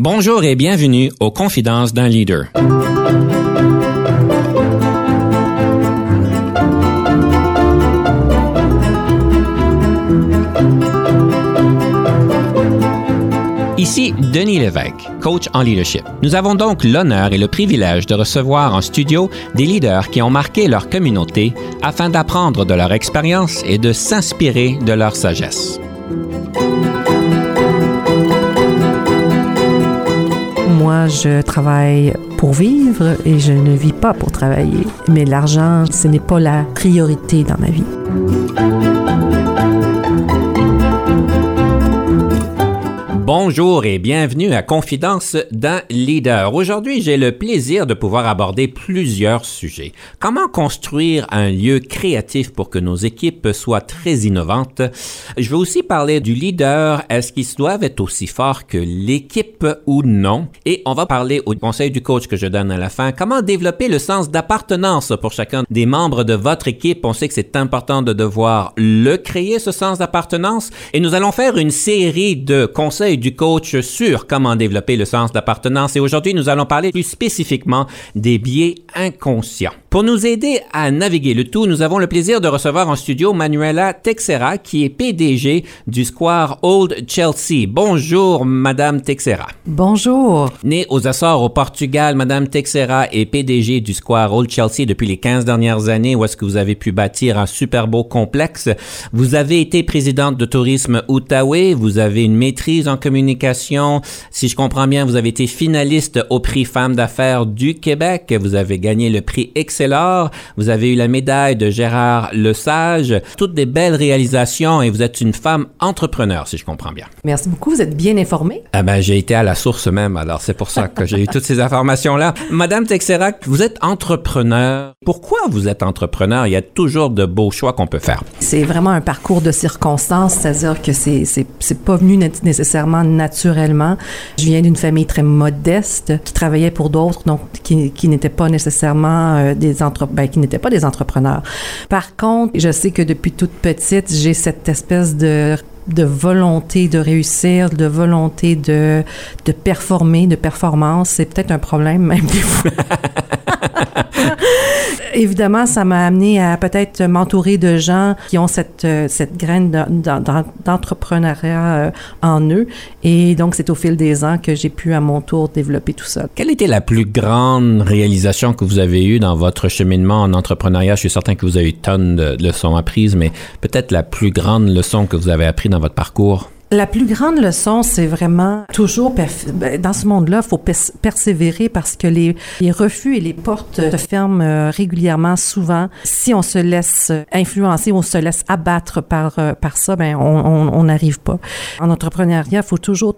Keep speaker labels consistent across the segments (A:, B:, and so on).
A: Bonjour et bienvenue aux Confidences d'un leader. Ici Denis Lévesque, coach en leadership. Nous avons donc l'honneur et le privilège de recevoir en studio des leaders qui ont marqué leur communauté afin d'apprendre de leur expérience et de s'inspirer de leur sagesse.
B: Moi, je travaille pour vivre et je ne vis pas pour travailler. Mais l'argent, ce n'est pas la priorité dans ma vie.
A: Bonjour et bienvenue à Confidences d'un leader. Aujourd'hui, j'ai le plaisir de pouvoir aborder plusieurs sujets. Comment construire un lieu créatif pour que nos équipes soient très innovantes? Je vais aussi parler du leader. Est-ce qu'ils doivent être aussi forts que l'équipe ou non? Et on va parler au conseil du coach que je donne à la fin. Comment développer le sens d'appartenance pour chacun des membres de votre équipe? On sait que c'est important de devoir le créer, ce sens d'appartenance. Et nous allons faire une série de conseils du coach sur comment développer le sens d'appartenance. Et aujourd'hui, nous allons parler plus spécifiquement des biais inconscients. Pour nous aider à naviguer le tout, nous avons le plaisir de recevoir en studio Manuela Teixeira, qui est PDG du Square Old Chelsea. Bonjour, Madame Teixeira.
B: Bonjour.
A: Née aux Açores, au Portugal, Madame Teixeira est PDG du Square Old Chelsea depuis les 15 dernières années, où est-ce que vous avez pu bâtir un super beau complexe. Vous avez été présidente de Tourisme Outaouais, vous avez une maîtrise en communication. Si je comprends bien, vous avez été finaliste au prix Femmes d'affaires du Québec. Vous avez gagné le prix Excelor. Vous avez eu la médaille de Gérard Lesage. Toutes des belles réalisations et vous êtes une femme entrepreneur, si je comprends bien.
B: Merci beaucoup. Vous êtes bien informée.
A: J'ai été à la source même, alors c'est pour ça que j'ai eu toutes ces informations-là. Madame Teixeira, vous êtes entrepreneur. Pourquoi vous êtes entrepreneur? Il y a toujours de beaux choix qu'on peut faire.
B: C'est vraiment un parcours de circonstances, c'est-à-dire que c'est pas venu nécessairement naturellement. Je viens d'une famille très modeste qui travaillait pour d'autres, donc qui n'étaient pas nécessairement qui n'étaient pas des entrepreneurs. Par contre, je sais que depuis toute petite, j'ai cette espèce de volonté de réussir, de volonté de performer, de performance. C'est peut-être un problème même des fois. Évidemment, ça m'a amené à peut-être m'entourer de gens qui ont cette graine d'entrepreneuriat en eux. Et donc, c'est au fil des ans que j'ai pu à mon tour développer tout ça.
A: Quelle était la plus grande réalisation que vous avez eue dans votre cheminement en entrepreneuriat? Je suis certain que vous avez eu tonnes de leçons apprises, mais peut-être la plus grande leçon que vous avez apprise dans votre parcours?
B: La plus grande leçon, c'est vraiment toujours, dans ce monde-là, il faut persévérer parce que les refus et les portes se ferment régulièrement, souvent. Si on se laisse influencer, on se laisse abattre par ça, on n'arrive pas. En entrepreneuriat, il faut toujours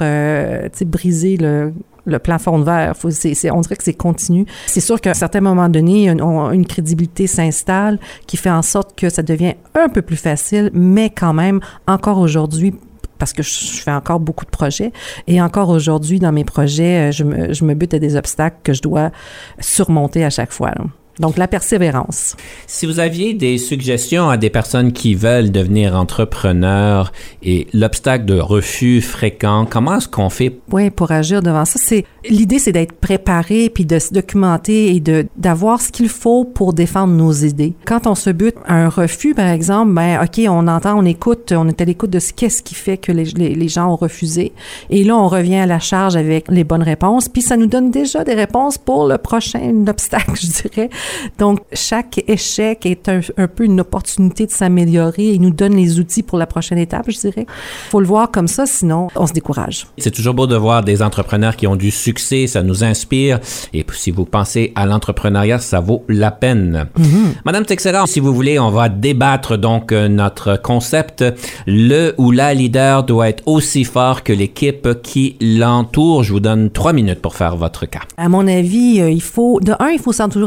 B: briser le plafond de verre. On dirait que c'est continu. C'est sûr qu'à un certain moment donné, une crédibilité s'installe qui fait en sorte que ça devient un peu plus facile, mais quand même, encore aujourd'hui, parce que je fais encore beaucoup de projets. Et encore aujourd'hui, dans mes projets, je me bute à des obstacles que je dois surmonter à chaque fois, là. Donc, la persévérance.
A: Si vous aviez des suggestions à des personnes qui veulent devenir entrepreneurs et l'obstacle de refus fréquent, comment est-ce qu'on fait?
B: Oui, pour agir devant ça, l'idée, c'est d'être préparé puis de se documenter et d'avoir ce qu'il faut pour défendre nos idées. Quand on se bute à un refus, par exemple, OK, on entend, on écoute, on est à l'écoute de qu'est-ce qui fait que les gens ont refusé. Et là, on revient à la charge avec les bonnes réponses. Puis, ça nous donne déjà des réponses pour le prochain obstacle, je dirais. Donc, chaque échec est un peu une opportunité de s'améliorer et nous donne les outils pour la prochaine étape, je dirais. Il faut le voir comme ça, sinon on se décourage.
A: C'est toujours beau de voir des entrepreneurs qui ont du succès, ça nous inspire. Et si vous pensez à l'entrepreneuriat, ça vaut la peine. Mm-hmm. Madame Teixeira, si vous voulez, on va débattre donc notre concept. Le ou la leader doit être aussi fort que l'équipe qui l'entoure. Je vous donne 3 minutes pour faire votre cas.
B: À mon avis, il faut s'entourer de gens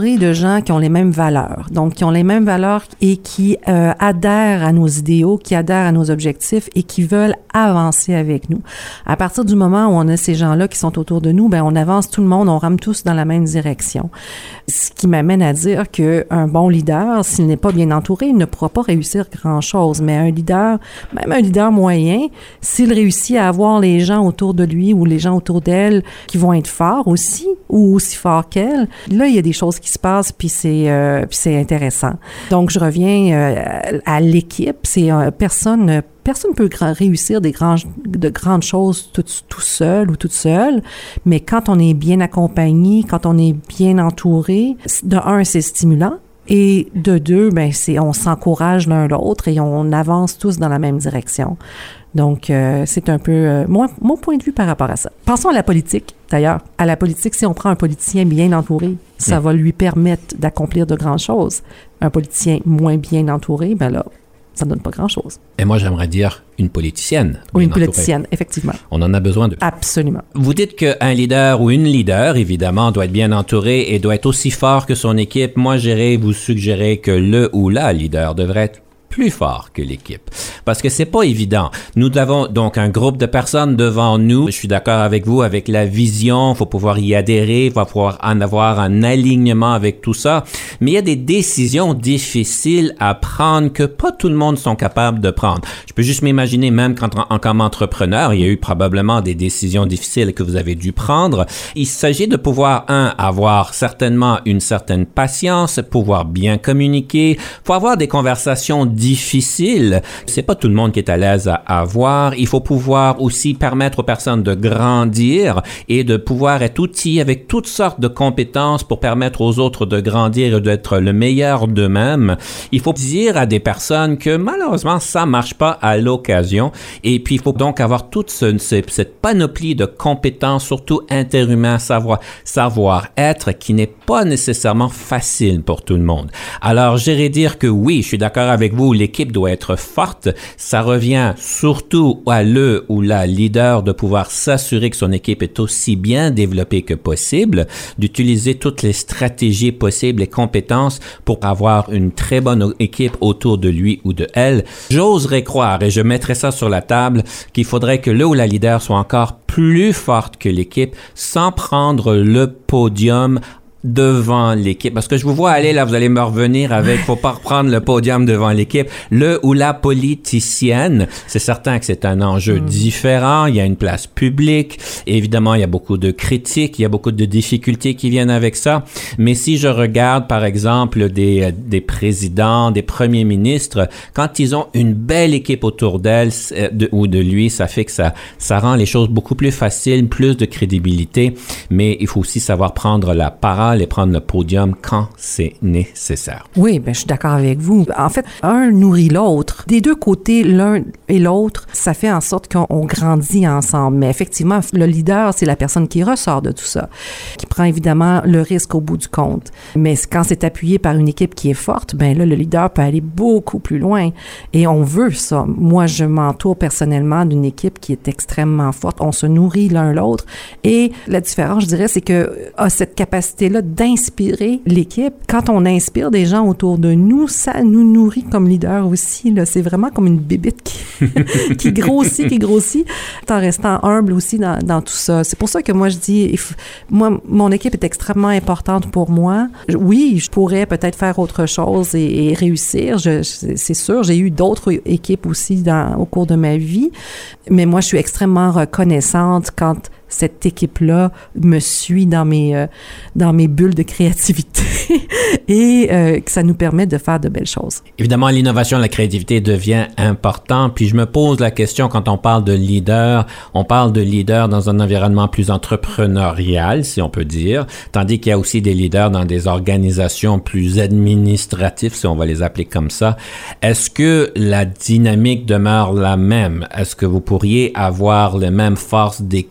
B: gens qui ont les mêmes valeurs. Donc, qui ont les mêmes valeurs et qui adhèrent à nos idéaux, qui adhèrent à nos objectifs et qui veulent avancer avec nous. À partir du moment où on a ces gens-là qui sont autour de nous, ben on avance tout le monde, on rame tous dans la même direction. Ce qui m'amène à dire qu'un bon leader, s'il n'est pas bien entouré, il ne pourra pas réussir grand-chose. Mais un leader, même un leader moyen, s'il réussit à avoir les gens autour de lui ou les gens autour d'elle qui vont être forts aussi ou aussi forts qu'elle, là, il y a des choses qui se passent puis c'est intéressant. Donc, je reviens à l'équipe. Personne ne peut réussir de grandes choses tout seul ou toute seule, mais quand on est bien accompagné, quand on est bien entouré, de un, c'est stimulant. Et de deux, ben on s'encourage l'un l'autre et on avance tous dans la même direction. Donc, c'est un peu mon point de vue par rapport à ça. Pensons à la politique, d'ailleurs. À la politique, si on prend un politicien bien entouré, ça va lui permettre d'accomplir de grandes choses. Un politicien moins bien entouré, ben là, ça ne donne pas grand-chose.
A: Et moi, j'aimerais dire une politicienne.
B: Ou une politicienne, effectivement.
A: On en a besoin de.
B: Absolument.
A: Vous dites qu'un leader ou une leader, évidemment, doit être bien entouré et doit être aussi fort que son équipe. Moi, j'irais vous suggérer que le ou la leader devrait être plus fort que l'équipe. Parce que c'est pas évident. Nous avons donc un groupe de personnes devant nous. Je suis d'accord avec vous, avec la vision. Il faut pouvoir y adhérer. Il va pouvoir en avoir un alignement avec tout ça. Mais il y a des décisions difficiles à prendre que pas tout le monde sont capables de prendre. Je peux juste m'imaginer, même comme entrepreneur, il y a eu probablement des décisions difficiles que vous avez dû prendre. Il s'agit de pouvoir, avoir certainement une certaine patience, pouvoir bien communiquer, faut avoir des conversations difficile. C'est pas tout le monde qui est à l'aise à avoir. Il faut pouvoir aussi permettre aux personnes de grandir et de pouvoir être outillés avec toutes sortes de compétences pour permettre aux autres de grandir et d'être le meilleur d'eux-mêmes. Il faut dire à des personnes que malheureusement, ça marche pas à l'occasion. Et puis, il faut donc avoir toute cette panoplie de compétences, surtout interhumains, savoir-être, qui n'est pas nécessairement facile pour tout le monde. Alors, j'irais dire que oui, je suis d'accord avec vous, l'équipe doit être forte. Ça revient surtout à le ou la leader de pouvoir s'assurer que son équipe est aussi bien développée que possible, d'utiliser toutes les stratégies possibles et compétences pour avoir une très bonne équipe autour de lui ou de elle. J'oserais croire, et je mettrais ça sur la table, qu'il faudrait que le ou la leader soit encore plus forte que l'équipe sans prendre le podium devant l'équipe. Parce que je vous vois aller là, vous allez me revenir avec, faut pas reprendre le podium devant l'équipe. Le ou la politicienne, c'est certain que c'est un enjeu différent. Il y a une place publique. Évidemment, il y a beaucoup de critiques, il y a beaucoup de difficultés qui viennent avec ça. Mais si je regarde, par exemple, des présidents, des premiers ministres, quand ils ont une belle équipe autour d'elle ou de lui, ça fait que ça rend les choses beaucoup plus faciles, plus de crédibilité. Mais il faut aussi savoir prendre la parole et prendre le podium quand c'est nécessaire.
B: Oui, ben je suis d'accord avec vous. En fait, un nourrit l'autre. Des deux côtés, l'un et l'autre, ça fait en sorte qu'on grandit ensemble. Mais effectivement, le leader, c'est la personne qui ressort de tout ça, qui prend évidemment le risque au bout du compte. Mais quand c'est appuyé par une équipe qui est forte, ben là, le leader peut aller beaucoup plus loin. Et on veut ça. Moi, je m'entoure personnellement d'une équipe qui est extrêmement forte. On se nourrit l'un l'autre. Et la différence, je dirais, c'est que cette capacité-là d'inspirer l'équipe. Quand on inspire des gens autour de nous, ça nous nourrit comme leader aussi. Là. C'est vraiment comme une bébite qui grossit, tout en restant humble aussi dans tout ça. C'est pour ça que moi, je dis, mon équipe est extrêmement importante pour moi. Oui, je pourrais peut-être faire autre chose et réussir. C'est sûr, j'ai eu d'autres équipes aussi au cours de ma vie, mais moi, je suis extrêmement reconnaissante quand cette équipe-là me suit dans mes bulles de créativité et que ça nous permet de faire de belles choses.
A: Évidemment, l'innovation, la créativité devient important. Puis je me pose la question, quand on parle de leader, on parle de leader dans un environnement plus entrepreneurial, si on peut dire, tandis qu'il y a aussi des leaders dans des organisations plus administratives, si on va les appeler comme ça. Est-ce que la dynamique demeure la même? Est-ce que vous pourriez avoir les mêmes forces d'équipe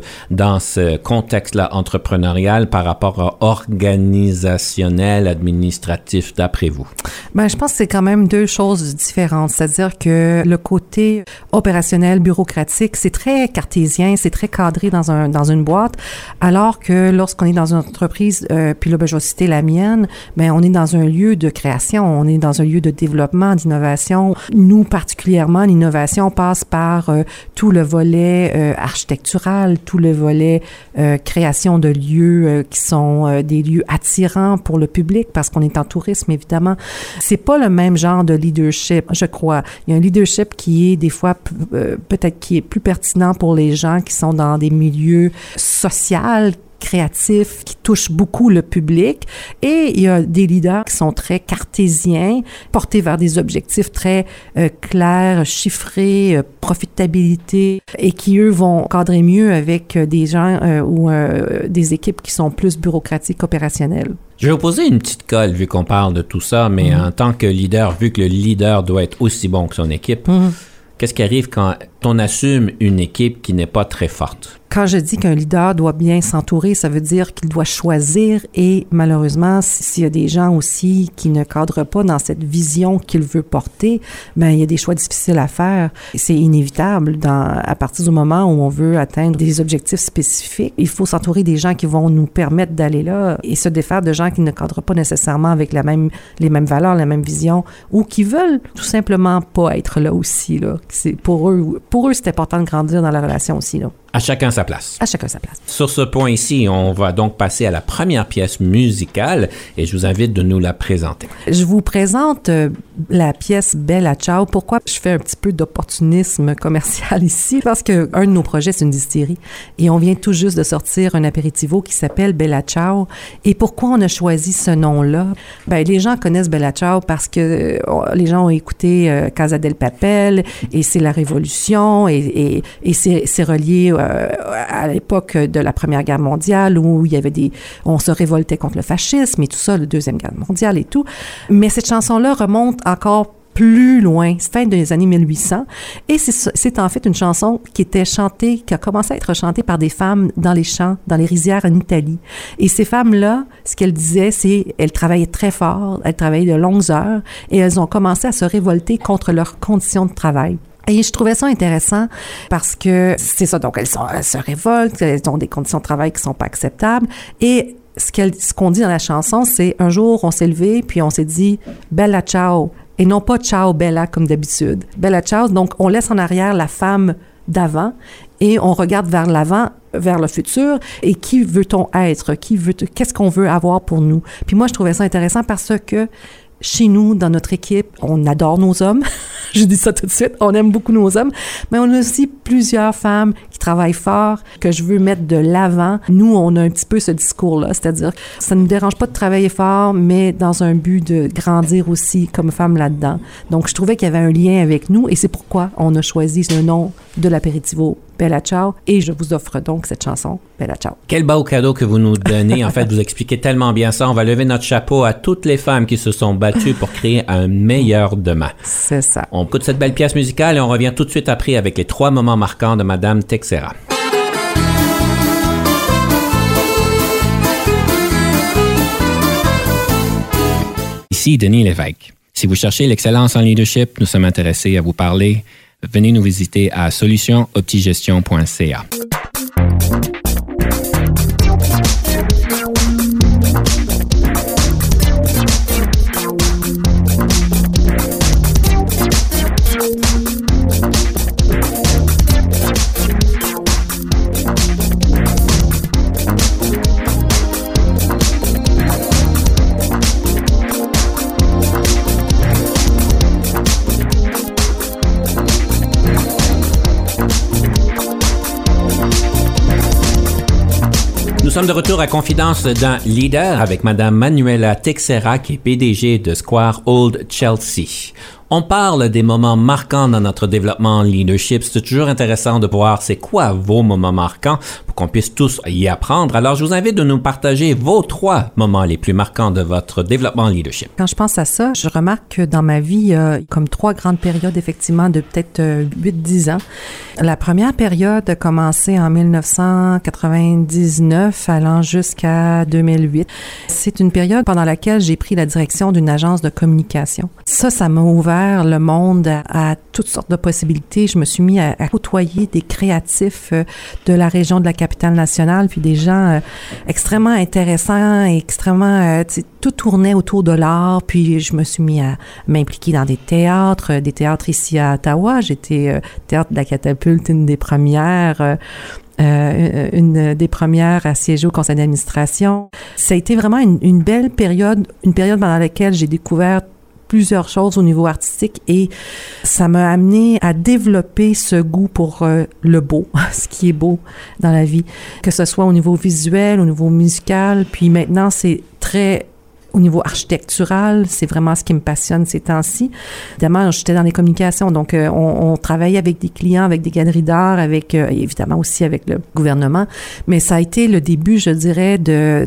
A: dans ce contexte-là entrepreneurial par rapport à organisationnel, administratif, d'après vous?
B: Ben, je pense que c'est quand même deux choses différentes. C'est-à-dire que le côté opérationnel, bureaucratique, c'est très cartésien, c'est très cadré dans une boîte, alors que lorsqu'on est dans une entreprise, puis là, ben, je vais citer la mienne, ben, on est dans un lieu de création, on est dans un lieu de développement, d'innovation. Nous, particulièrement, l'innovation passe par tout le volet architectural, tout le volet création de lieux qui sont des lieux attirants pour le public, parce qu'on est en tourisme, évidemment. C'est pas le même genre de leadership, je crois. Il y a un leadership qui est des fois peut-être qui est plus pertinent pour les gens qui sont dans des milieux sociaux, créatifs, qui touchent beaucoup le public. Et il y a des leaders qui sont très cartésiens, portés vers des objectifs très clairs, chiffrés, profitabilité, et qui, eux, vont cadrer mieux avec des gens ou des équipes qui sont plus bureaucratiques, opérationnelles.
A: Je vais vous poser une petite colle, vu qu'on parle de tout ça, mais en tant que leader, vu que le leader doit être aussi bon que son équipe, qu'est-ce qui arrive quand on assume une équipe qui n'est pas très forte?
B: Quand je dis qu'un leader doit bien s'entourer, ça veut dire qu'il doit choisir, et malheureusement, s'il y a des gens aussi qui ne cadrent pas dans cette vision qu'il veut porter, ben il y a des choix difficiles à faire. C'est inévitable à partir du moment où on veut atteindre des objectifs spécifiques. Il faut s'entourer des gens qui vont nous permettre d'aller là et se défaire de gens qui ne cadrent pas nécessairement avec les mêmes valeurs, la même vision, ou qui veulent tout simplement pas être là aussi, là. C'est pour eux, c'est important de grandir dans la relation aussi, là.
A: À chacun sa place.
B: À chacun sa place.
A: Sur ce point ici, on va donc passer à la première pièce musicale et je vous invite de nous la présenter.
B: Je vous présente la pièce Bella Ciao. Pourquoi je fais un petit peu d'opportunisme commercial ici? Parce que un de nos projets, c'est une distillerie et on vient tout juste de sortir un apéritivo qui s'appelle Bella Ciao. Et pourquoi on a choisi ce nom-là? Ben, les gens connaissent Bella Ciao parce que les gens ont écouté Casa del Papel et c'est la Révolution et c'est relié à l'époque de la Première Guerre mondiale où il y avait on se révoltait contre le fascisme et tout ça, la Deuxième Guerre mondiale et tout. Mais cette chanson-là remonte encore plus loin, c'est fin des années 1800, et c'est en fait une chanson qui a commencé à être chantée par des femmes dans les champs, dans les rizières en Italie. Et ces femmes-là, ce qu'elles disaient, c'est elles travaillaient très fort, elles travaillaient de longues heures, et elles ont commencé à se révolter contre leurs conditions de travail. Et je trouvais ça intéressant parce que c'est ça, donc elles se révoltent, elles ont des conditions de travail qui sont pas acceptables. Et ce qu'on dit dans la chanson, c'est un jour on s'est levé puis on s'est dit Bella Ciao et non pas Ciao Bella comme d'habitude. Bella Ciao, donc on laisse en arrière la femme d'avant et on regarde vers l'avant, vers le futur, et qui veut-on être? Qu'est-ce qu'on veut avoir pour nous? Puis moi, je trouvais ça intéressant parce que chez nous, dans notre équipe, on adore nos hommes. Je dis ça tout de suite. On aime beaucoup nos hommes. Mais on a aussi plusieurs femmes qui travaillent fort, que je veux mettre de l'avant. Nous, on a un petit peu ce discours-là. C'est-à-dire, ça ne nous dérange pas de travailler fort, mais dans un but de grandir aussi comme femme là-dedans. Donc, je trouvais qu'il y avait un lien avec nous et c'est pourquoi on a choisi le nom de l'apéritivo Bella Ciao, et je vous offre donc cette chanson, Bella Ciao.
A: Quel beau cadeau que vous nous donnez. En fait, vous expliquez tellement bien ça. On va lever notre chapeau à toutes les femmes qui se sont battues pour créer un meilleur demain.
B: C'est ça.
A: On écoute cette belle pièce musicale et on revient tout de suite après avec les 3 moments marquants de Madame Texera. Ici Denis Lévesque. Si vous cherchez l'excellence en leadership, nous sommes intéressés à vous parler. Venez nous visiter à solutionoptigestion.ca. Nous sommes de retour à Confidence d'un leader avec Madame Manuela Texera, qui est PDG de Square Old Chelsea. On parle des moments marquants dans notre développement en leadership. C'est toujours intéressant de voir c'est quoi vos moments marquants pour qu'on puisse tous y apprendre. Alors, je vous invite de nous partager vos 3 moments les plus marquants de votre développement en leadership.
B: Quand je pense à ça, je remarque que dans ma vie, il y a comme 3 grandes périodes, effectivement, de peut-être 8-10 ans. La première période a commencé en 1999, allant jusqu'à 2008. C'est une période pendant laquelle j'ai pris la direction d'une agence de communication. Ça m'a ouvert le monde à toutes sortes de possibilités. Je me suis mis à côtoyer des créatifs de la région de la capitale nationale, puis des gens extrêmement intéressants et extrêmement... tout tournait autour de l'art, puis je me suis mis à m'impliquer dans des théâtres ici à Ottawa. J'étais Théâtre de la Catapulte, une des premières à siéger au conseil d'administration. Ça a été vraiment une belle période, une période pendant laquelle j'ai découvert plusieurs choses au niveau artistique et ça m'a amené à développer ce goût pour le beau, ce qui est beau dans la vie, que ce soit au niveau visuel, au niveau musical, puis maintenant c'est très au niveau architectural, c'est vraiment ce qui me passionne ces temps-ci. Évidemment, j'étais dans les communications, donc on travaillait avec des clients, avec des galeries d'art, avec évidemment aussi avec le gouvernement, mais ça a été le début, je dirais,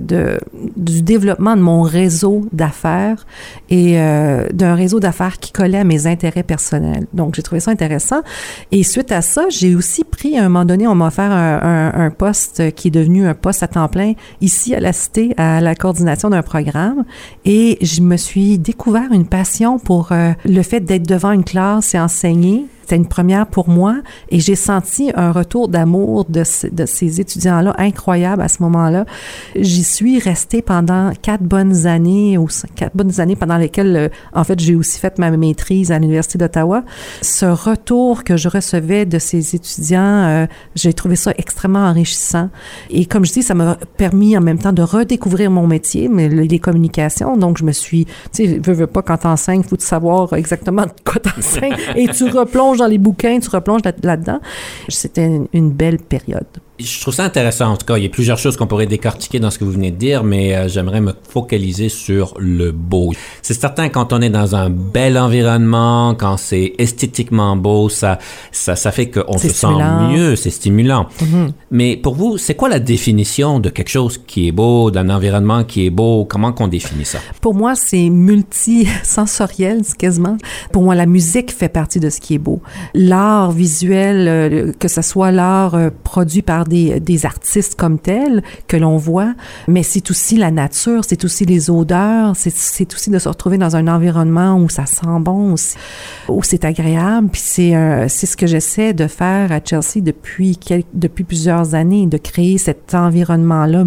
B: du développement de mon réseau d'affaires et d'un réseau d'affaires qui collait à mes intérêts personnels. Donc, j'ai trouvé ça intéressant. Et suite à ça, j'ai aussi pris, à un moment donné, on m'a offert un poste qui est devenu un poste à temps plein ici à la Cité, à la coordination d'un programme. Et je me suis découvert une passion pour le fait d'être devant une classe et enseigner. C'était une première pour moi et j'ai senti un retour d'amour de ces étudiants-là incroyable à ce moment-là. J'y suis restée pendant 4 bonnes années pendant lesquelles, en fait, j'ai aussi fait ma maîtrise à l'Université d'Ottawa. Ce retour que je recevais de ces étudiants, j'ai trouvé ça extrêmement enrichissant. Et comme je dis, ça m'a permis en même temps de redécouvrir mon métier, mais les communications. Donc, je me suis, tu sais, veux pas, quand t'enseignes, il faut savoir exactement de quoi t'enseignes et tu replonges dans les bouquins, tu replonges là-dedans. C'était une belle période.
A: Je trouve ça intéressant. En tout cas, il y a plusieurs choses qu'on pourrait décortiquer dans ce que vous venez de dire, mais j'aimerais me focaliser sur le beau. C'est certain, quand on est dans un bel environnement, quand c'est esthétiquement beau, ça fait qu'on se sent mieux, c'est stimulant. Mm-hmm. Mais pour vous, c'est quoi la définition de quelque chose qui est beau, d'un environnement qui est beau? Comment qu'on définit ça?
B: Pour moi, c'est multisensoriel, quasiment. Pour moi, la musique fait partie de ce qui est beau. L'art visuel, que ce soit l'art produit par des artistes comme tels que l'on voit, mais c'est aussi la nature, c'est aussi les odeurs, c'est aussi de se retrouver dans un environnement où ça sent bon, où c'est agréable. Puis c'est ce que j'essaie de faire à Chelsea depuis plusieurs années, de créer cet environnement-là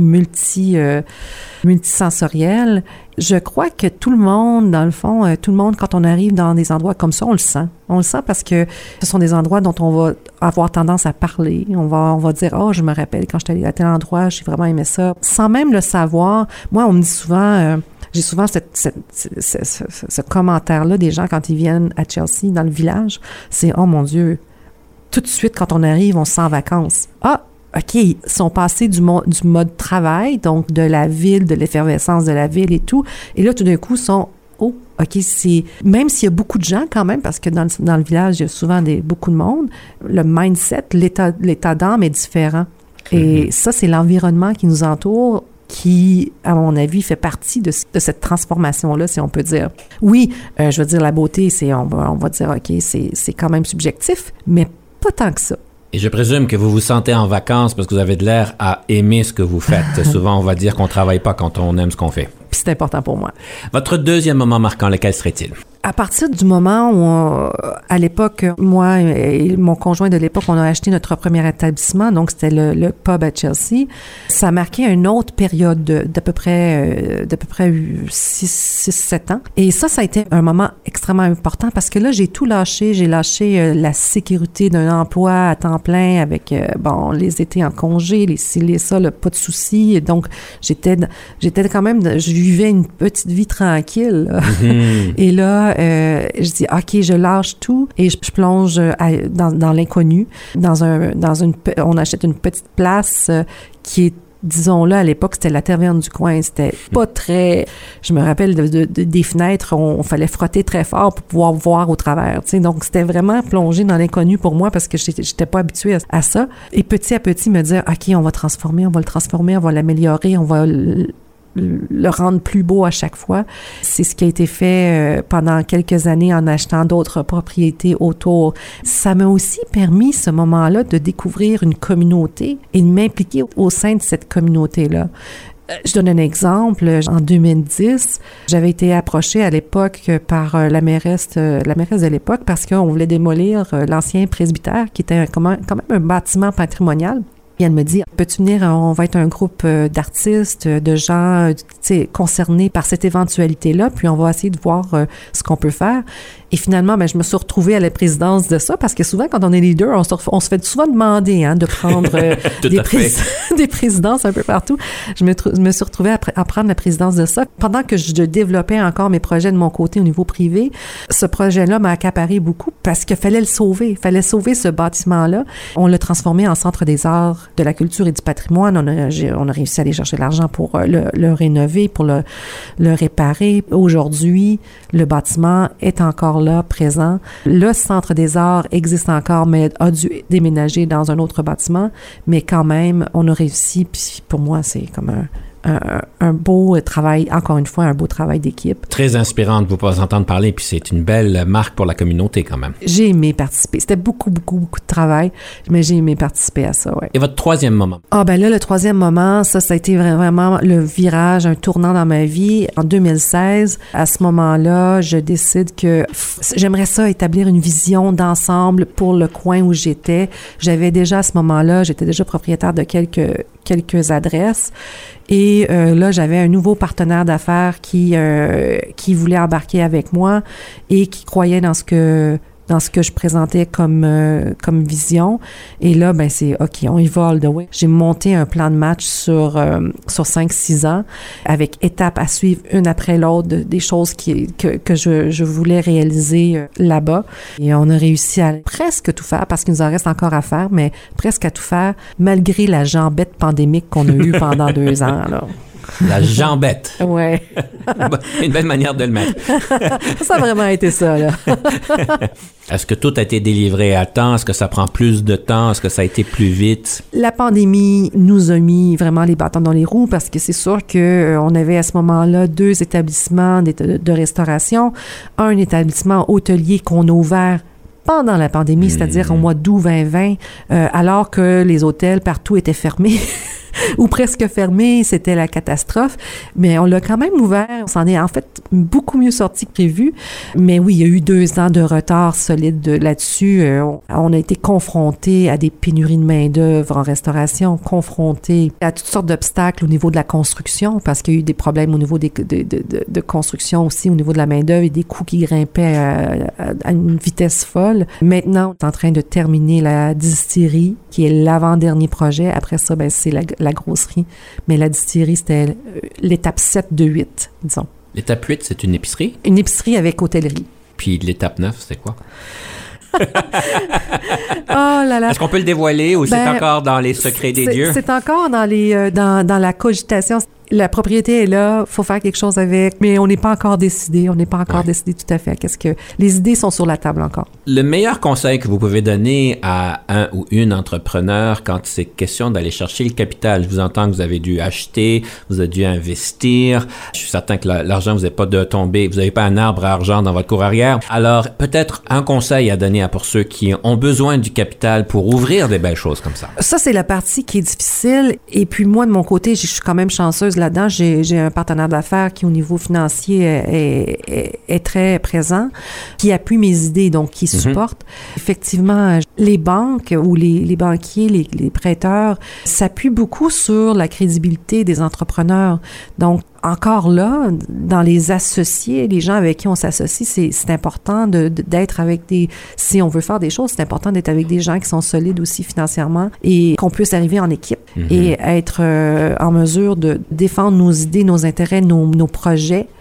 B: multisensoriel. Je crois que tout le monde, dans le fond, quand on arrive dans des endroits comme ça, on le sent. On le sent parce que ce sont des endroits dont on va avoir tendance à parler. On va dire, je me rappelle quand j'étais allée à tel endroit, j'ai vraiment aimé ça. Sans même le savoir, moi, on me dit souvent, j'ai souvent ce commentaire-là des gens quand ils viennent à Chelsea, dans le village, c'est, oh mon Dieu, tout de suite, quand on arrive, on se sent en vacances. OK, ils sont passés du mode travail, donc de la ville, de l'effervescence de la ville et tout. Et là, tout d'un coup, OK, même s'il y a beaucoup de gens quand même, parce que dans le village, il y a souvent beaucoup de monde, le mindset, l'état d'âme est différent. Et ça, c'est l'environnement qui nous entoure qui, à mon avis, fait partie de cette transformation-là, si on peut dire. Oui, je veux dire, la beauté, on va dire, OK, c'est quand même subjectif, mais pas tant que ça.
A: Et je présume que vous vous sentez en vacances parce que vous avez de l'air à aimer ce que vous faites. Souvent, on va dire qu'on travaille pas quand on aime ce qu'on fait.
B: Puis c'est important pour moi.
A: Votre deuxième moment marquant, lequel serait-il?
B: À partir du moment où, à l'époque, moi et mon conjoint de l'époque, on a acheté notre premier établissement, donc c'était le pub à Chelsea, ça a marqué une autre période d'à peu près 6-7 ans. Et ça a été un moment extrêmement important parce que là, j'ai tout lâché. J'ai lâché la sécurité d'un emploi à temps plein avec, les étés en congé, les ci, les ça, pas de soucis. Et donc, j'étais quand même, je vivais une petite vie tranquille. Mm-hmm. Et là, je dis, OK, je lâche tout et je plonge dans l'inconnu. On achète une petite place qui est disons-le, à l'époque, c'était la taverne du coin. C'était pas très... Je me rappelle des fenêtres, on fallait frotter très fort pour pouvoir voir au travers. Tu sais. Donc, c'était vraiment plongé dans l'inconnu pour moi parce que j'étais pas habituée à ça. Et petit à petit, me dire, OK, on va le transformer, on va l'améliorer, on va le rendre plus beau à chaque fois. C'est ce qui a été fait pendant quelques années en achetant d'autres propriétés autour. Ça m'a aussi permis, ce moment-là, de découvrir une communauté et de m'impliquer au sein de cette communauté-là. Je donne un exemple. En 2010, j'avais été approchée à l'époque par la mairesse de l'époque parce qu'on voulait démolir l'ancien presbytère qui était quand même un bâtiment patrimonial. Et elle me dit, peux-tu venir, on va être un groupe d'artistes, de gens concernés par cette éventualité-là, puis on va essayer de voir ce qu'on peut faire. Et finalement, je me suis retrouvée à la présidence de ça, parce que souvent, quand on est leader, on se fait souvent demander de prendre des présidences un peu partout. Je me suis retrouvée à prendre la présidence de ça. Pendant que je développais encore mes projets de mon côté au niveau privé, ce projet-là m'a accaparé beaucoup, parce qu'il fallait le sauver. Il fallait sauver ce bâtiment-là. On l'a transformé en centre des arts, de la culture et du patrimoine. On a réussi à aller chercher de l'argent pour le rénover, pour le réparer. Aujourd'hui, le bâtiment est encore là, présent. Le Centre des arts existe encore, mais a dû déménager dans un autre bâtiment. Mais quand même, on a réussi. Puis pour moi, c'est comme un beau travail, encore une fois, un beau travail d'équipe.
A: Très inspirant de vous entendre parler, puis c'est une belle marque pour la communauté quand même.
B: J'ai aimé participer. C'était beaucoup de travail, mais j'ai aimé participer à ça, ouais.
A: Et votre troisième moment?
B: Le troisième moment, ça a été vraiment le virage, un tournant dans ma vie. En 2016, à ce moment-là, je décide que j'aimerais ça établir une vision d'ensemble pour le coin où j'étais. J'avais déjà, à ce moment-là, j'étais déjà propriétaire de quelques adresses. Et là, j'avais un nouveau partenaire d'affaires qui voulait embarquer avec moi et qui croyait dans ce que je présentais comme vision. Et là, c'est OK, on y va all the way. J'ai monté un plan de match sur 5-6 ans avec étapes à suivre une après l'autre, des choses que je voulais réaliser là-bas. Et on a réussi à presque tout faire, parce qu'il nous en reste encore à faire, mais presque à tout faire, malgré la jambette pandémique qu'on a eue pendant 2 ans, là.
A: La jambette.
B: Ouais.
A: Une belle manière de le mettre.
B: Ça a vraiment été ça, là.
A: Est-ce que tout a été délivré à temps? Est-ce que ça prend plus de temps? Est-ce que ça a été plus vite?
B: La pandémie nous a mis vraiment les bâtons dans les roues, parce que c'est sûr qu'on avait à ce moment-là 2 établissements de restauration, un établissement hôtelier qu'on a ouvert pendant la pandémie, c'est-à-dire au mois d'août 2020, alors que les hôtels partout étaient fermés. Ou presque fermé, c'était la catastrophe. Mais on l'a quand même ouvert. On s'en est en fait beaucoup mieux sorti que prévu. Mais oui, il y a eu 2 ans de retard solide là-dessus. On a été confrontés à des pénuries de main-d'œuvre en restauration, confrontés à toutes sortes d'obstacles au niveau de la construction, parce qu'il y a eu des problèmes au niveau de construction aussi, au niveau de la main-d'œuvre, et des coûts qui grimpaient à une vitesse folle. Maintenant, on est en train de terminer la distillerie, qui est l'avant-dernier projet. Après ça, c'est la grosserie. Mais la distillerie, c'était l'étape 7 de 8, disons.
A: L'étape 8, c'est une épicerie?
B: Une épicerie avec hôtellerie.
A: Puis l'étape 9, c'est quoi?
B: Oh là là.
A: Est-ce qu'on peut le dévoiler ou c'est encore dans les secrets des dieux?
B: C'est encore dans la cogitation. La propriété est là, faut faire quelque chose avec, mais on n'est pas encore décidé. On n'est pas encore décidé tout à fait. Les idées sont sur la table encore.
A: Le meilleur conseil que vous pouvez donner à un ou une entrepreneur quand c'est question d'aller chercher le capital, je vous entends que vous avez dû acheter, vous avez dû investir. Je suis certain que l'argent, vous n'avez pas de tomber, vous n'avez pas un arbre à argent dans votre cour arrière. Alors, peut-être un conseil à donner pour ceux qui ont besoin du capital pour ouvrir des belles choses comme ça.
B: Ça, c'est la partie qui est difficile. Et puis moi, de mon côté, je suis quand même chanceuse là-dedans. J'ai un partenaire d'affaires qui, au niveau financier, est très présent, qui appuie mes idées, donc qui supporte. Effectivement, les banques ou les banquiers, les prêteurs s'appuient beaucoup sur la crédibilité des entrepreneurs. Donc, encore là, dans les associés, les gens avec qui on s'associe, c'est important d'être avec si on veut faire des choses, c'est important d'être avec des gens qui sont solides aussi financièrement et qu'on puisse arriver en équipe et être en mesure de défendre nos idées, nos intérêts, nos projets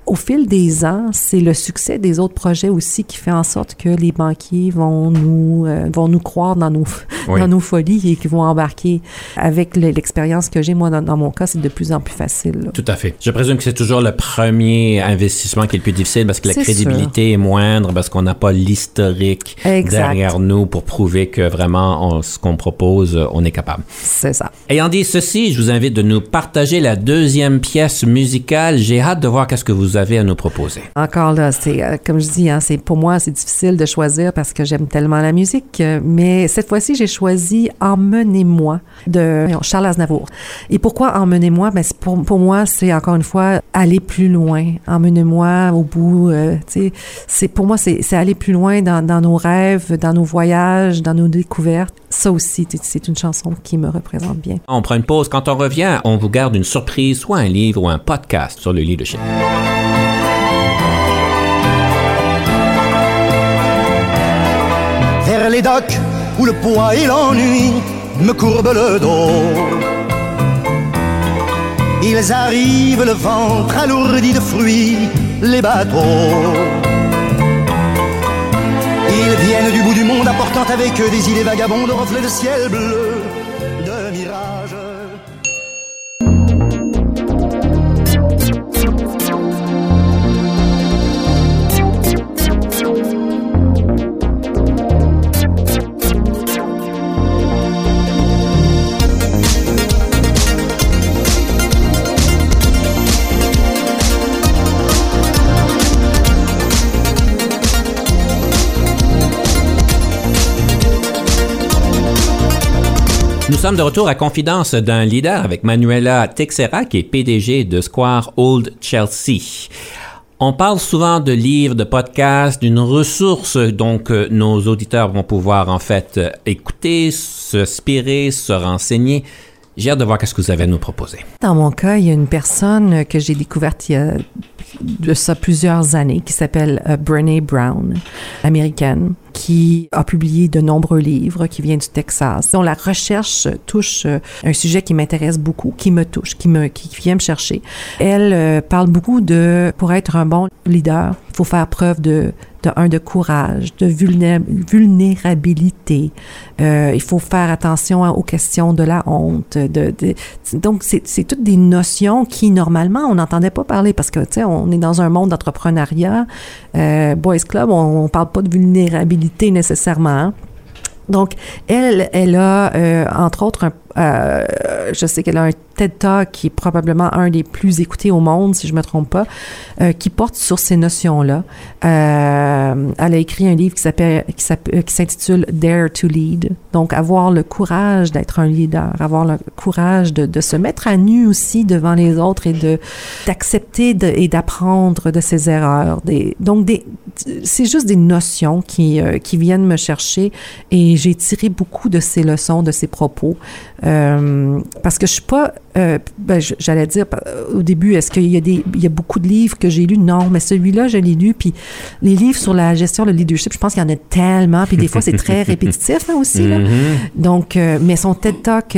B: au fil des ans, c'est le succès des autres projets aussi qui fait en sorte que les banquiers vont nous croire dans nos folies et qui vont embarquer. Avec l'expérience que j'ai, moi, dans mon cas, c'est de plus en plus facile. Là.
A: Tout à fait. Je présume que c'est toujours le premier investissement qui est le plus difficile parce que la crédibilité est moindre, parce qu'on n'a pas l'historique derrière nous pour prouver que vraiment, ce qu'on propose, on est capable.
B: C'est ça.
A: Ayant dit ceci, je vous invite de nous partager la deuxième pièce musicale. J'ai hâte de voir qu'est-ce que vous avez à nous proposer.
B: Encore là, c'est comme je dis, pour moi, c'est difficile de choisir parce que j'aime tellement la musique. Mais cette fois-ci, j'ai choisi Emmenez-moi de Charles Aznavour. Et pourquoi Emmenez-moi? Ben, pour moi, c'est encore une fois aller plus loin. Emmenez-moi au bout. Pour moi, c'est aller plus loin dans nos rêves, dans nos voyages, dans nos découvertes. Ça aussi, c'est une chanson qui me représente bien.
A: On prend une pause. Quand on revient, on vous garde une surprise, soit un livre ou un podcast sur le leadership.
C: Vers les docks où le poids et l'ennui me courbent le dos. Ils arrivent le ventre alourdi de fruits, les bateaux. Ils viennent du bout du monde apportant avec eux des idées vagabondes, reflets de ciel bleu, de mirages.
A: Nous sommes de retour à Confidence d'un leader avec Manuela Teixeira, qui est PDG de Square Old Chelsea. On parle souvent de livres, de podcasts, d'une ressource donc nos auditeurs vont pouvoir en fait écouter, s'inspirer, se renseigner. J'ai hâte de voir qu'est-ce que vous avez à nous proposer.
B: Dans mon cas, il y a une personne que j'ai découverte il y a de ça plusieurs années qui s'appelle Brené Brown, américaine, qui a publié de nombreux livres, qui vient du Texas, dont la recherche touche un sujet qui m'intéresse beaucoup, qui me touche, qui vient me chercher. Elle parle beaucoup pour être un bon leader, il faut faire preuve de courage, de vulnérabilité. Il faut faire attention aux questions de la honte. Donc, c'est toutes des notions qui, normalement, on n'entendait pas parler parce que, tu sais, on est dans un monde d'entrepreneuriat. Boys Club, on parle pas de vulnérabilité nécessairement. Donc, elle a, entre autres, je sais qu'elle a un TED Talk qui est probablement un des plus écoutés au monde, si je me trompe pas, qui porte sur ces notions-là. Elle a écrit un livre qui s'intitule Dare to Lead. Donc, avoir le courage d'être un leader, avoir le courage de se mettre à nu aussi devant les autres et d'accepter et d'apprendre de ses erreurs. C'est juste des notions qui viennent me chercher et j'ai tiré beaucoup de ces leçons, de ces propos. Parce que je suis pas, j'allais dire au début, est-ce qu'il y a beaucoup de livres que j'ai lus? Non, mais celui-là, je l'ai lu, puis les livres sur la gestion, le leadership, je pense qu'il y en a tellement, puis des fois, c'est très répétitif aussi, là. Donc, mais son TED Talk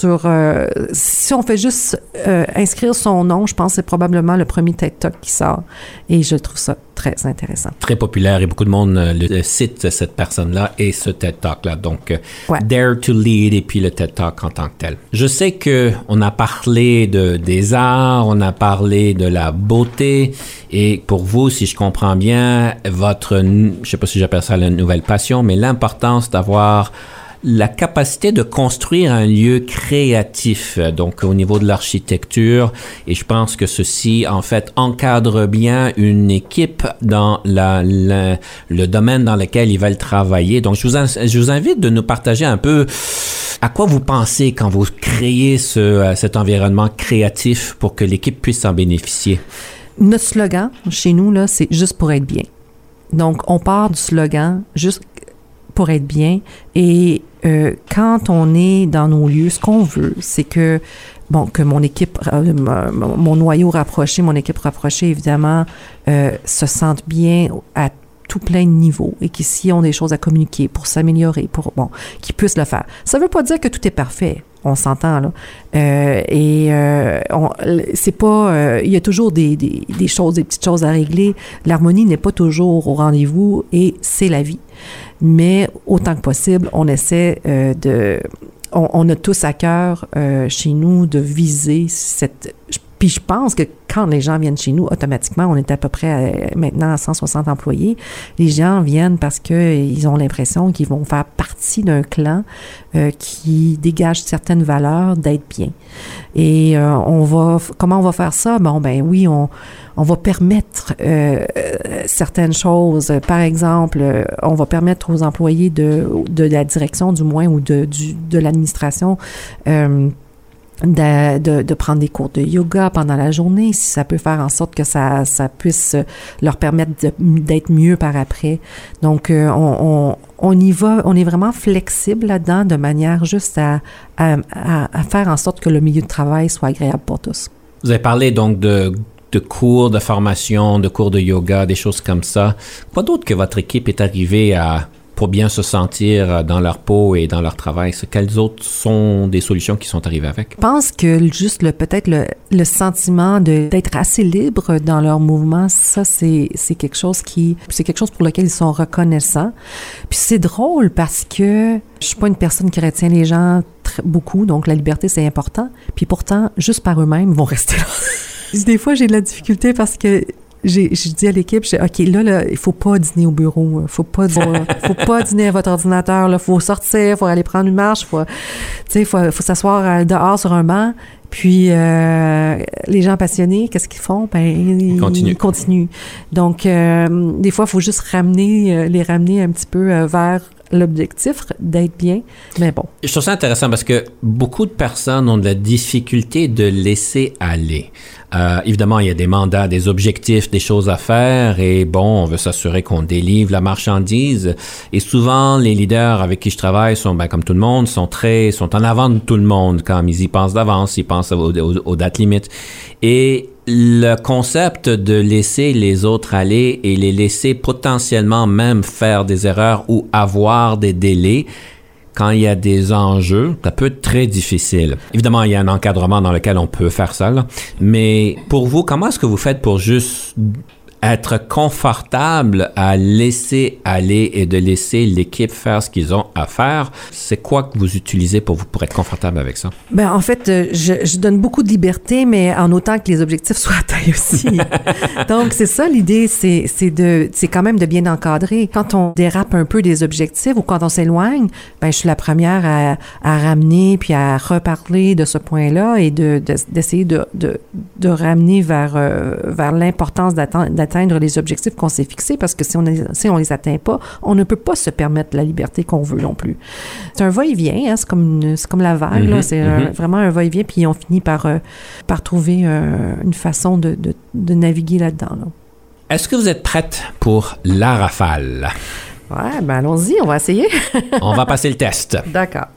B: si on fait juste inscrire son nom, je pense que c'est probablement le premier TED Talk qui sort, et je trouve ça très intéressant.
A: Très populaire, et beaucoup de monde le cite, cette personne-là, et ce TED Talk-là. Donc, Dare to Lead, et puis le TED Talk en tant que tel. Je sais qu'on a parlé des arts, on a parlé de la beauté, et pour vous, si je comprends bien, je sais pas si j'appelle ça la nouvelle passion, mais l'importance d'avoir la capacité de construire un lieu créatif, donc au niveau de l'architecture, et je pense que ceci, en fait, encadre bien une équipe dans le domaine dans lequel ils veulent travailler. Donc, je vous invite de nous partager un peu à quoi vous pensez quand vous créez cet environnement créatif pour que l'équipe puisse en bénéficier.
B: Notre slogan, chez nous, là, c'est « Juste pour être bien ». Donc, on part du slogan « Juste pour être bien ». Et quand on est dans nos lieux, ce qu'on veut, c'est que mon équipe, mon noyau rapproché, mon équipe rapprochée, évidemment, se sente bien à tout plein de niveaux et qu'ici, on a des choses à communiquer pour s'améliorer, qu'ils puissent le faire. Ça ne veut pas dire que tout est parfait. On s'entend, là. C'est pas... il y a toujours des choses, des petites choses à régler. L'harmonie n'est pas toujours au rendez-vous et c'est la vie. Mais autant que possible, on essaie on a tous à cœur chez nous de viser cette... Puis je pense que quand les gens viennent chez nous, automatiquement, on est à peu près maintenant à 160 employés. Les gens viennent parce qu'ils ont l'impression qu'ils vont faire partie d'un clan qui dégage certaines valeurs d'être bien. Et comment on va faire ça? Oui, on va permettre certaines choses. Par exemple, on va permettre aux employés de la direction, du moins, ou de l'administration, de prendre des cours de yoga pendant la journée, si ça peut faire en sorte que ça puisse leur permettre d'être mieux par après. Donc, on y va, on est vraiment flexible là-dedans de manière juste à faire en sorte que le milieu de travail soit agréable pour tous.
A: Vous avez parlé donc de cours de formation, de cours de yoga, des choses comme ça. Quoi d'autre que votre équipe est arrivée pour bien se sentir dans leur peau et dans leur travail? Quelles autres sont des solutions qui sont arrivées avec?
B: Je pense que juste peut-être le sentiment d'être assez libre dans leur mouvement, ça, c'est quelque chose pour lequel ils sont reconnaissants. Puis c'est drôle parce que je suis pas une personne qui retient les gens beaucoup, donc la liberté, c'est important. Puis pourtant, juste par eux-mêmes, ils vont rester là. Des fois, j'ai de la difficulté parce que j'ai dit à l'équipe, OK, là, il faut pas dîner au bureau, faut pas dîner à votre ordinateur, là, faut sortir, faut aller prendre une marche, faut s'asseoir dehors sur un banc. Puis les gens passionnés, qu'est-ce qu'ils font? Ils continuent. Donc, des fois, il faut juste les ramener un petit peu vers l'objectif d'être bien, mais bon.
A: Je trouve ça intéressant parce que beaucoup de personnes ont de la difficulté de laisser aller. Évidemment, il y a des mandats, des objectifs, des choses à faire et bon, on veut s'assurer qu'on délivre la marchandise. Et souvent, les leaders avec qui je travaille sont, comme tout le monde, sont en avant de tout le monde quand ils y pensent d'avance, ils pensent aux dates limites. Et le concept de laisser les autres aller et les laisser potentiellement même faire des erreurs ou avoir des délais, quand il y a des enjeux, ça peut être très difficile. Évidemment, il y a un encadrement dans lequel on peut faire ça, là. Mais pour vous, comment est-ce que vous faites pour juste être confortable à laisser aller et de laisser l'équipe faire ce qu'ils ont à faire? C'est quoi que vous utilisez pour être confortable avec ça?
B: En fait, je donne beaucoup de liberté, mais en autant que les objectifs soient atteints aussi. Donc, c'est ça l'idée, c'est quand même de bien encadrer. Quand on dérape un peu des objectifs ou quand on s'éloigne, je suis la première à ramener puis à reparler de ce point-là et d'essayer de ramener vers l'importance d'atteindre les objectifs qu'on s'est fixés, parce que si on les atteint pas, on ne peut pas se permettre la liberté qu'on veut non plus. C'est un va-et-vient, hein, c'est comme la vague, là, c'est vraiment un va-et-vient, puis on finit par trouver une façon de naviguer là-dedans. Là.
A: Est-ce que vous êtes prête pour la rafale?
B: Ouais, allons-y, on va essayer.
A: On va passer le test.
B: D'accord.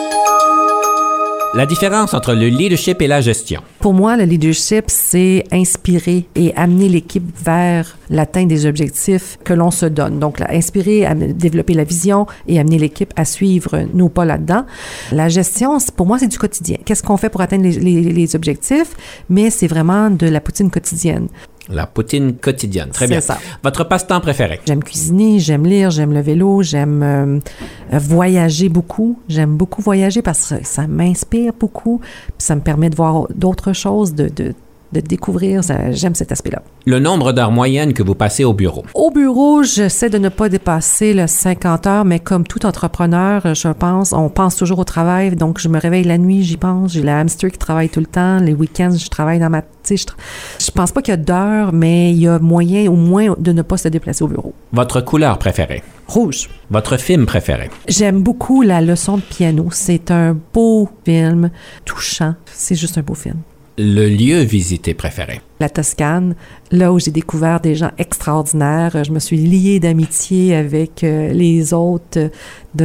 A: La différence entre le leadership et la gestion.
B: Pour moi, le leadership, c'est inspirer et amener l'équipe vers l'atteinte des objectifs que l'on se donne. Donc, inspirer, à développer la vision et amener l'équipe à suivre nos pas là-dedans. La gestion, pour moi, c'est du quotidien. Qu'est-ce qu'on fait pour atteindre les objectifs? Mais c'est vraiment de la poutine quotidienne.
A: La poutine quotidienne. Très bien.
B: C'est ça.
A: Votre passe-temps préféré?
B: J'aime cuisiner, j'aime lire, j'aime le vélo, j'aime voyager beaucoup. J'aime beaucoup voyager parce que ça m'inspire beaucoup. Puis ça me permet de voir d'autres choses, de découvrir. J'aime cet aspect-là.
A: Le nombre d'heures moyennes que vous passez au bureau?
B: Au bureau, j'essaie de ne pas dépasser le 50 heures, mais comme tout entrepreneur, on pense toujours au travail. Donc, je me réveille la nuit, j'y pense. J'ai la hamster qui travaille tout le temps. Les week-ends, je travaille dans ma... Je pense pas qu'il y a d'heures, mais il y a moyen au moins de ne pas se déplacer au bureau.
A: Votre couleur préférée?
B: Rouge.
A: Votre film préféré?
B: J'aime beaucoup La leçon de piano. C'est un beau film, touchant. C'est juste un beau film.
A: Le lieu visité préféré?
B: la Toscane, là où j'ai découvert des gens extraordinaires. Je me suis liée d'amitié avec les hôtes de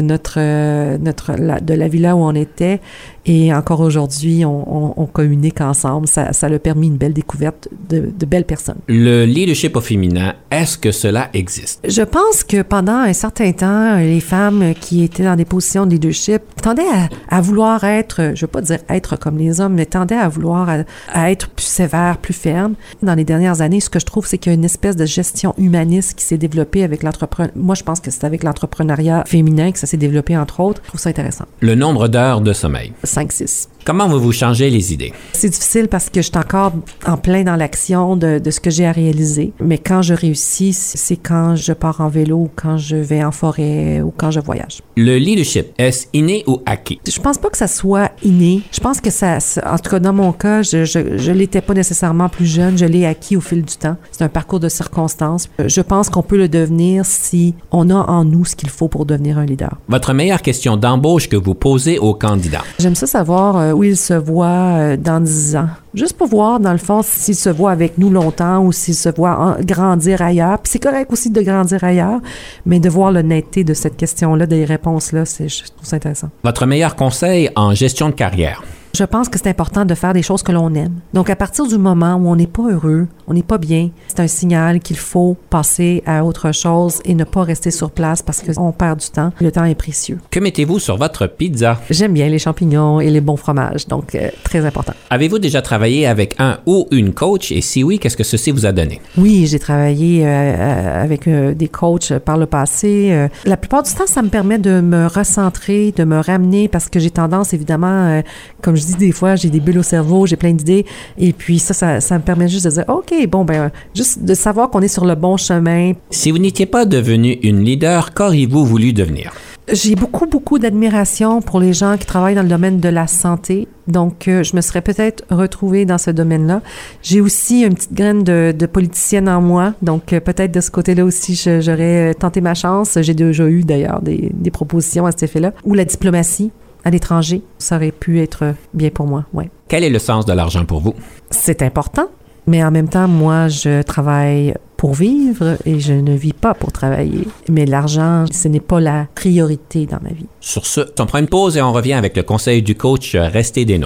B: de la villa où on était. Et encore aujourd'hui, on communique ensemble. Ça a permis une belle découverte de belles personnes.
A: Le leadership au féminin, est-ce que cela existe?
B: Je pense que pendant un certain temps, les femmes qui étaient dans des positions de leadership tendaient à vouloir être, je ne veux pas dire être comme les hommes, mais tendaient à vouloir à être plus sévères, plus fermes. Dans les dernières années, ce que je trouve, c'est qu'il y a une espèce de gestion humaniste qui s'est développée avec l'entrepreneuriat. Moi, je pense que c'est avec l'entrepreneuriat féminin que ça s'est développé, entre autres. Je trouve ça intéressant.
A: Le nombre d'heures de sommeil.
B: 5-6.
A: Comment vous changez les idées?
B: C'est difficile parce que je suis encore en plein dans l'action de ce que j'ai à réaliser. Mais quand je réussis, c'est quand je pars en vélo, ou quand je vais en forêt ou quand je voyage.
A: Le leadership, est-ce inné ou acquis?
B: Je pense pas que ça soit inné. Je pense que ça, en tout cas dans mon cas, je l'étais pas nécessairement plus jeune. Je l'ai acquis au fil du temps. C'est un parcours de circonstances. Je pense qu'on peut le devenir si on a en nous ce qu'il faut pour devenir un leader.
A: Votre meilleure question d'embauche que vous posez aux candidats?
B: J'aime ça savoir où il se voit dans 10 ans. Juste pour voir, dans le fond, s'il se voit avec nous longtemps ou s'il se voit grandir ailleurs. Puis c'est correct aussi de grandir ailleurs, mais de voir l'honnêteté de cette question-là, des réponses-là, je trouve ça intéressant.
A: Votre meilleur conseil en gestion de carrière?
B: Je pense que c'est important de faire des choses que l'on aime. Donc, à partir du moment où on n'est pas heureux, on n'est pas bien, c'est un signal qu'il faut passer à autre chose et ne pas rester sur place parce qu'on perd du temps. Le temps est précieux.
A: Que mettez-vous sur votre pizza?
B: J'aime bien les champignons et les bons fromages, donc très important.
A: Avez-vous déjà travaillé avec un ou une coach? Et si oui, qu'est-ce que ceci vous a donné?
B: Oui, j'ai travaillé avec des coachs par le passé. La plupart du temps, ça me permet de me recentrer, de me ramener parce que j'ai tendance, évidemment, comme je dis des fois, j'ai des bulles au cerveau, j'ai plein d'idées. Et puis ça me permet juste de dire, OK, bon, juste de savoir qu'on est sur le bon chemin.
A: Si vous n'étiez pas devenu une leader, qu'auriez-vous voulu devenir?
B: J'ai beaucoup d'admiration pour les gens qui travaillent dans le domaine de la santé. Donc, je me serais peut-être retrouvée dans ce domaine-là. J'ai aussi une petite graine de politicienne en moi. Donc, peut-être de ce côté-là aussi, j'aurais tenté ma chance. J'ai déjà eu, d'ailleurs, des propositions à cet effet-là. Ou la diplomatie à l'étranger, ça aurait pu être bien pour moi, oui.
A: Quel est le sens de l'argent pour vous?
B: C'est important, mais en même temps, moi, je travaille pour vivre et je ne vis pas pour travailler. Mais l'argent, ce n'est pas la priorité dans ma vie.
A: Sur ce, on prend une pause et on revient avec le conseil du coach Restez des noms.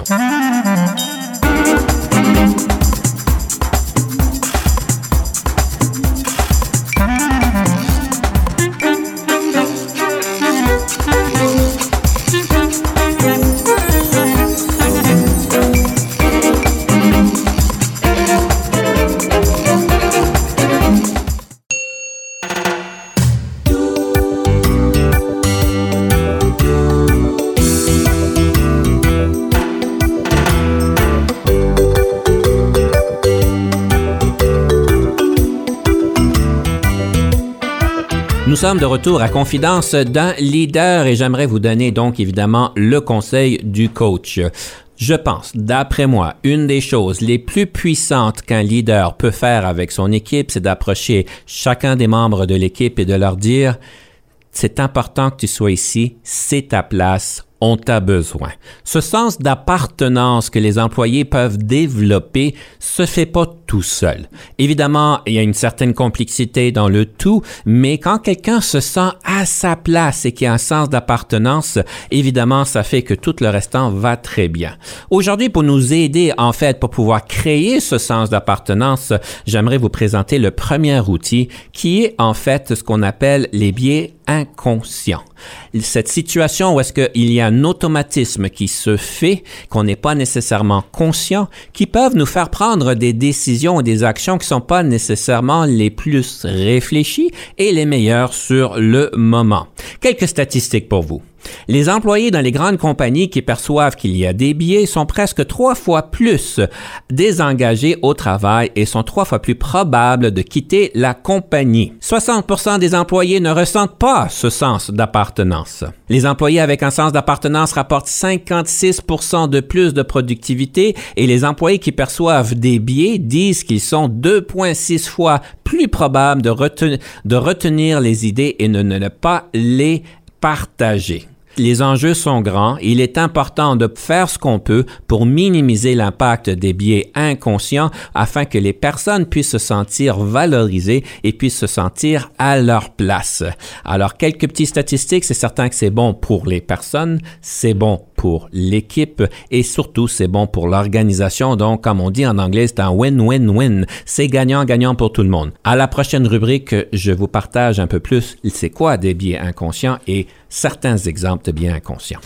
A: Nous sommes de retour à Confidence d'un leader et j'aimerais vous donner donc évidemment le conseil du coach. Je pense, d'après moi, une des choses les plus puissantes qu'un leader peut faire avec son équipe, c'est d'approcher chacun des membres de l'équipe et de leur dire « C'est important que tu sois ici, c'est ta place. » On t'a besoin. Ce sens d'appartenance que les employés peuvent développer se fait pas tout seul. Évidemment, il y a une certaine complexité dans le tout, mais quand quelqu'un se sent à sa place et qu'il y a un sens d'appartenance, évidemment, ça fait que tout le restant va très bien. Aujourd'hui, pour nous aider, en fait, pour pouvoir créer ce sens d'appartenance, j'aimerais vous présenter le premier outil qui est, en fait, ce qu'on appelle les biais inconscients. Cette situation où est-ce qu'il y a un automatisme qui se fait, qu'on n'est pas nécessairement conscient, qui peuvent nous faire prendre des décisions et des actions qui ne sont pas nécessairement les plus réfléchies et les meilleures sur le moment. Quelques statistiques pour vous. Les employés dans les grandes compagnies qui perçoivent qu'il y a des biais sont presque 3 fois plus désengagés au travail et sont 3 fois plus probables de quitter la compagnie. 60% des employés ne ressentent pas ce sens d'appartenance. Les employés avec un sens d'appartenance rapportent 56% de plus de productivité et les employés qui perçoivent des biais disent qu'ils sont 2,6 fois plus probables de retenir les idées et de ne pas les partager. les enjeux sont grands. Il est important de faire ce qu'on peut pour minimiser l'impact des biais inconscients afin que les personnes puissent se sentir valorisées et puissent se sentir à leur place. Alors, quelques petites statistiques, c'est certain que c'est bon pour les personnes, c'est bon pour l'équipe et surtout, c'est bon pour l'organisation. Donc, comme on dit en anglais, c'est un win-win-win. C'est gagnant-gagnant pour tout le monde. À la prochaine rubrique, je vous partage un peu plus c'est quoi des biais inconscients et certains exemples de biais inconscients.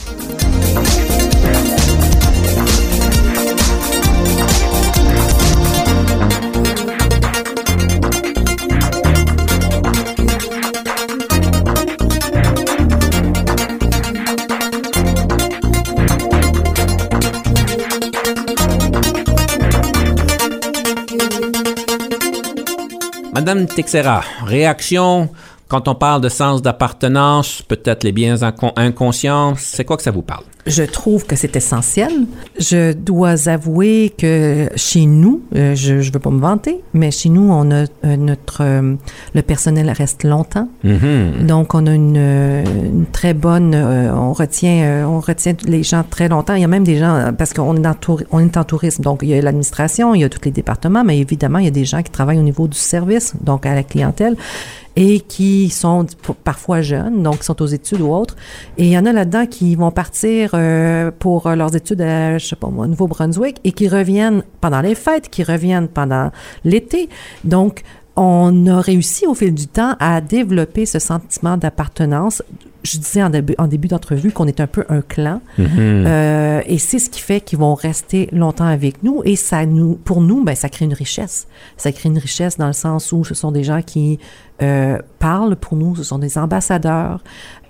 A: Madame Teixeira, réaction quand on parle de sens d'appartenance, peut-être les biens inconscients, c'est quoi que ça vous parle?
B: Je trouve que c'est essentiel. Je dois avouer que chez nous, je veux pas me vanter, mais chez nous, on a le personnel reste longtemps. Mm-hmm. Donc, on a une très bonne, on retient les gens très longtemps. Il y a même des gens, parce qu'on est en tourisme, donc il y a l'administration, il y a tous les départements, mais évidemment, il y a des gens qui travaillent au niveau du service, donc à la clientèle, et qui sont parfois jeunes, donc qui sont aux études ou autres. Et il y en a là-dedans qui vont partir pour leurs études à, je sais pas moi, Nouveau-Brunswick et qui reviennent pendant les fêtes, qui reviennent pendant l'été. Donc, on a réussi au fil du temps à développer ce sentiment d'appartenance. Je disais en début d'entrevue qu'on est un peu un clan. Mm-hmm. Et c'est ce qui fait qu'ils vont rester longtemps avec nous. Et pour nous, ça crée une richesse. Ça crée une richesse dans le sens où ce sont des gens qui parlent pour nous. Ce sont des ambassadeurs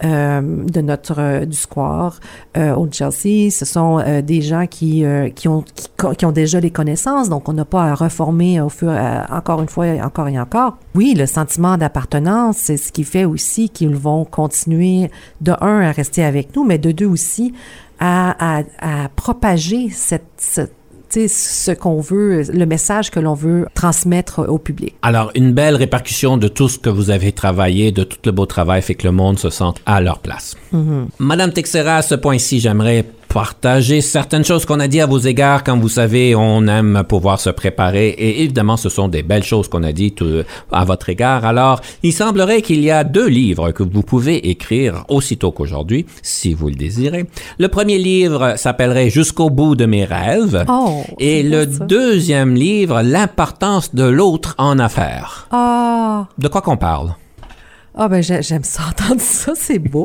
B: du square au Chelsea. Ce sont des gens qui ont déjà les connaissances. Donc, on n'a pas à reformer encore une fois, encore et encore. Oui, le sentiment d'appartenance, c'est ce qui fait aussi qu'ils vont continuer de un, à rester avec nous, mais de deux aussi, à propager ce qu'on veut, le message que l'on veut transmettre au public.
A: Alors, une belle répercussion de tout ce que vous avez travaillé, de tout le beau travail, fait que le monde se sente à leur place. Mm-hmm. Madame Teixeira, à ce point-ci, j'aimerais partager certaines choses qu'on a dit à vos égards. Comme vous savez, on aime pouvoir se préparer et évidemment, ce sont des belles choses qu'on a dit à votre égard. Alors, il semblerait qu'il y a 2 livres que vous pouvez écrire aussitôt qu'aujourd'hui, si vous le désirez. Le premier livre s'appellerait « Jusqu'au bout de mes rêves ». Et le deuxième livre, « L'importance de l'autre en affaires ». De quoi qu'on parle?
B: J'aime ça, entendre ça, c'est beau.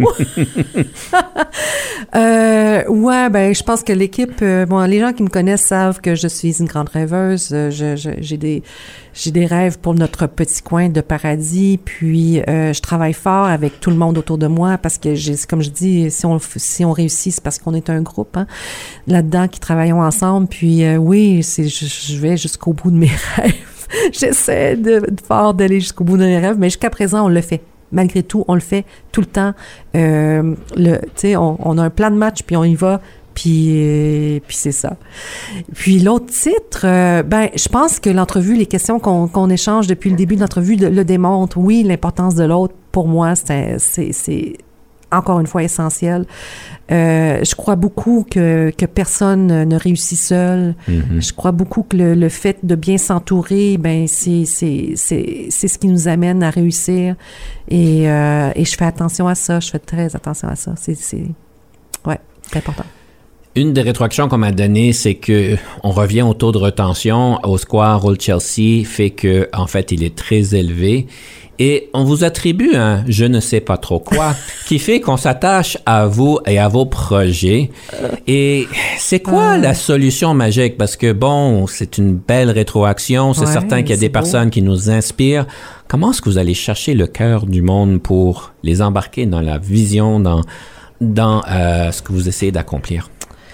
B: Je pense que l'équipe, les gens qui me connaissent savent que je suis une grande rêveuse. J'ai des rêves pour notre petit coin de paradis, puis je travaille fort avec tout le monde autour de moi parce que, comme je dis, si on réussit, c'est parce qu'on est un groupe, là-dedans, qui travaillons ensemble. Puis je vais jusqu'au bout de mes rêves. J'essaie fort d'aller jusqu'au bout de mes rêves, mais jusqu'à présent, on le fait. Malgré tout, on le fait tout le temps. On a un plan de match, puis on y va, puis c'est ça. Puis l'autre titre, je pense que l'entrevue, les questions qu'on échange depuis le début de l'entrevue le démontrent. Oui, l'importance de l'autre, pour moi, c'est encore une fois essentiel. Je crois beaucoup que personne ne réussit seul. Mm-hmm. Je crois beaucoup que le fait de bien s'entourer, c'est ce qui nous amène à réussir. Et je fais attention à ça. Je fais très attention à ça. C'est important.
A: Une des rétroactions qu'on m'a données, c'est que on revient au taux de retention au Square Old Chelsea, fait que en fait, il est très élevé. Et on vous attribue un je ne sais pas trop quoi qui fait qu'on s'attache à vous et à vos projets. Et c'est quoi la solution magique? Parce que c'est une belle rétroaction. C'est certain qu'il y a des personnes qui nous inspirent. Comment est-ce que vous allez chercher le cœur du monde pour les embarquer dans la vision, dans ce que vous essayez d'accomplir?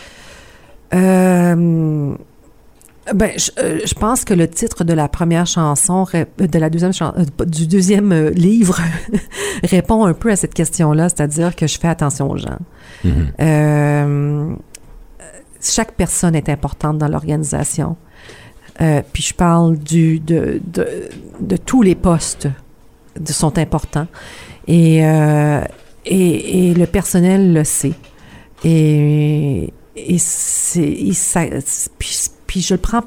B: Je pense que le titre de la première chanson, du deuxième livre répond un peu à cette question-là, c'est-à-dire que je fais attention aux gens. Mm-hmm. Chaque personne est importante dans l'organisation. Puis je parle de tous les postes sont importants. Et Et le personnel le sait. Et puis je le prends,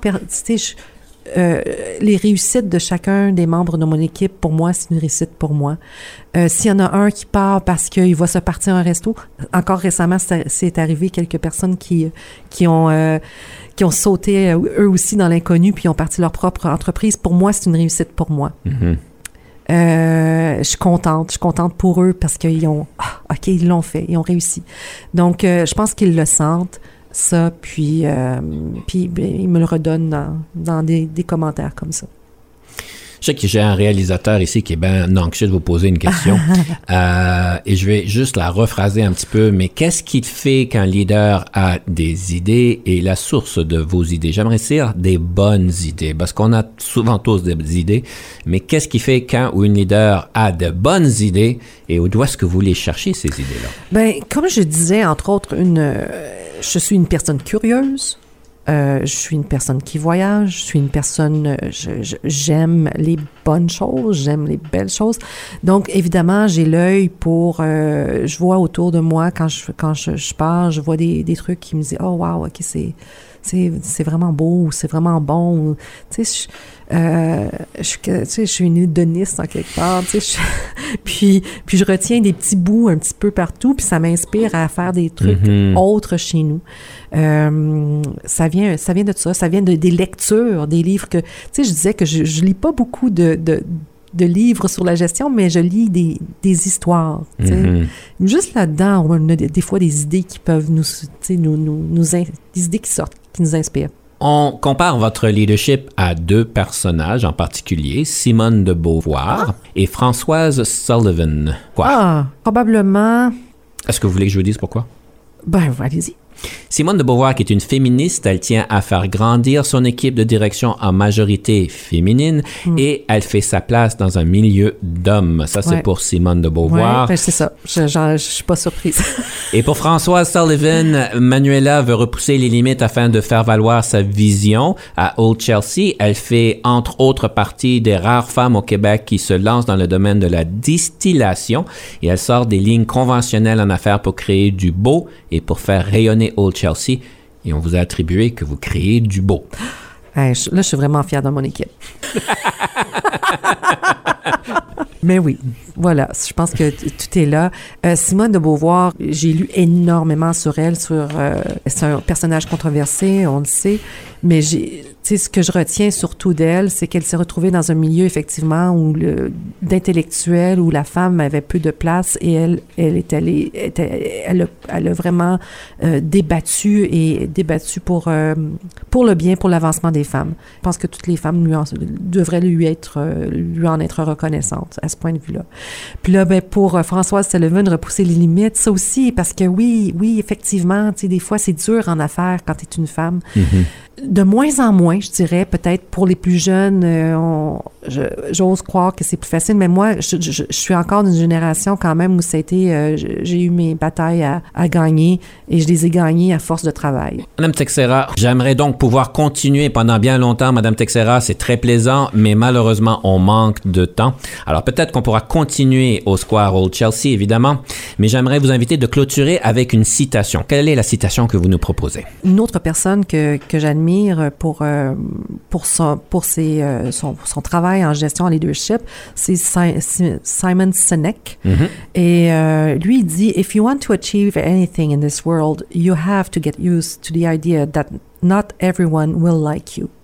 B: les réussites de chacun des membres de mon équipe, pour moi, c'est une réussite pour moi. S'il y en a un qui part parce qu'il va se partir à un resto, encore récemment, c'est arrivé quelques personnes qui ont sauté eux aussi dans l'inconnu puis ont parti leur propre entreprise. Pour moi, c'est une réussite pour moi.
A: Mm-hmm.
B: Je suis contente pour eux parce qu'ils ont, OK, ils l'ont fait, ils ont réussi. Donc, je pense qu'ils le sentent, ça, puis ils me le redonnent dans des commentaires comme ça.
A: Je sais que j'ai un réalisateur ici qui est bien anxieux de vous poser une question et je vais juste la rephraser un petit peu. Mais qu'est-ce qui fait qu'un leader a des idées et la source de vos idées? J'aimerais dire des bonnes idées parce qu'on a souvent tous des idées, mais qu'est-ce qui fait qu'un ou une leader a de bonnes idées et où est-ce que vous les cherchez ces idées-là?
B: Bien, comme je disais, entre autres, je suis une personne curieuse. Je suis une personne qui voyage, je suis une personne, j'aime les bonnes choses, j'aime les belles choses. Donc, évidemment, j'ai l'œil pour, je vois autour de moi, quand je pars, je vois des trucs qui me disent « Oh, wow, OK, c'est vraiment beau, ou c'est vraiment bon. » ou, tu sais, je suis une hédoniste en quelque part, tu sais, puis je retiens des petits bouts un petit peu partout, puis ça m'inspire à faire des trucs autres chez nous. Ça vient de ça, ça vient des lectures, des livres que, tu sais, je disais que je lis pas beaucoup de livres sur la gestion, mais je lis des histoires, tu sais. Juste là-dedans, on a des fois des idées qui peuvent des idées qui sortent, qui nous inspirent.
A: On compare votre leadership à deux personnages en particulier, Simone de Beauvoir et Françoise Sullivan. Quoi?
B: Probablement.
A: Est-ce que vous voulez que je vous dise pourquoi?
B: Ben, allez-y.
A: Simone de Beauvoir, qui est une féministe, elle tient à faire grandir son équipe de direction en majorité féminine et elle fait sa place dans un milieu d'hommes. Ça, c'est pour Simone de Beauvoir.
B: Oui, c'est ça. Je suis pas surprise.
A: Et pour Françoise Sullivan, Manuela veut repousser les limites afin de faire valoir sa vision. À Old Chelsea, elle fait entre autres partie des rares femmes au Québec qui se lancent dans le domaine de la distillation et elle sort des lignes conventionnelles en affaires pour créer du beau et pour faire rayonner Old Chelsea, et on vous a attribué que vous créez du beau.
B: Là, je suis vraiment fière de mon équipe. Mais oui, voilà, je pense que tout est là. Simone de Beauvoir, j'ai lu énormément sur elle, c'est un personnage controversé, on le sait, mais ce que je retiens surtout d'elle, c'est qu'elle s'est retrouvée dans un milieu, effectivement, d'intellectuel, où la femme avait peu de place, et elle a vraiment débattu pour le bien, pour l'avancement des femmes. Je pense que toutes les femmes devraient lui en être reconnaissantes à ce point de vue-là. Puis là, pour Françoise Sullivan, repousser les limites, ça aussi, parce que oui, effectivement, tu sais, des fois, c'est dur en affaires quand tu es une femme. De moins en moins, je dirais, peut-être pour les plus jeunes, j'ose croire que c'est plus facile, mais moi, je suis encore d'une génération quand même où ça a été, j'ai eu mes batailles à gagner et je les ai gagnées à force de travail.
A: Madame Texera, j'aimerais donc pouvoir continuer pendant bien longtemps, Madame Texera, c'est très plaisant, mais malheureusement, on manque de temps. Alors peut-être qu'on pourra continuer au Square Old Chelsea, évidemment, mais j'aimerais vous inviter de clôturer avec une citation. Quelle est la citation que vous nous proposez?
B: Une autre personne que j'admire pour son travail en gestion, en leadership, c'est Simon Sinek. Et lui, il dit, "If you want to achieve anything in this world, you have to get used to the idea that not everyone will like you."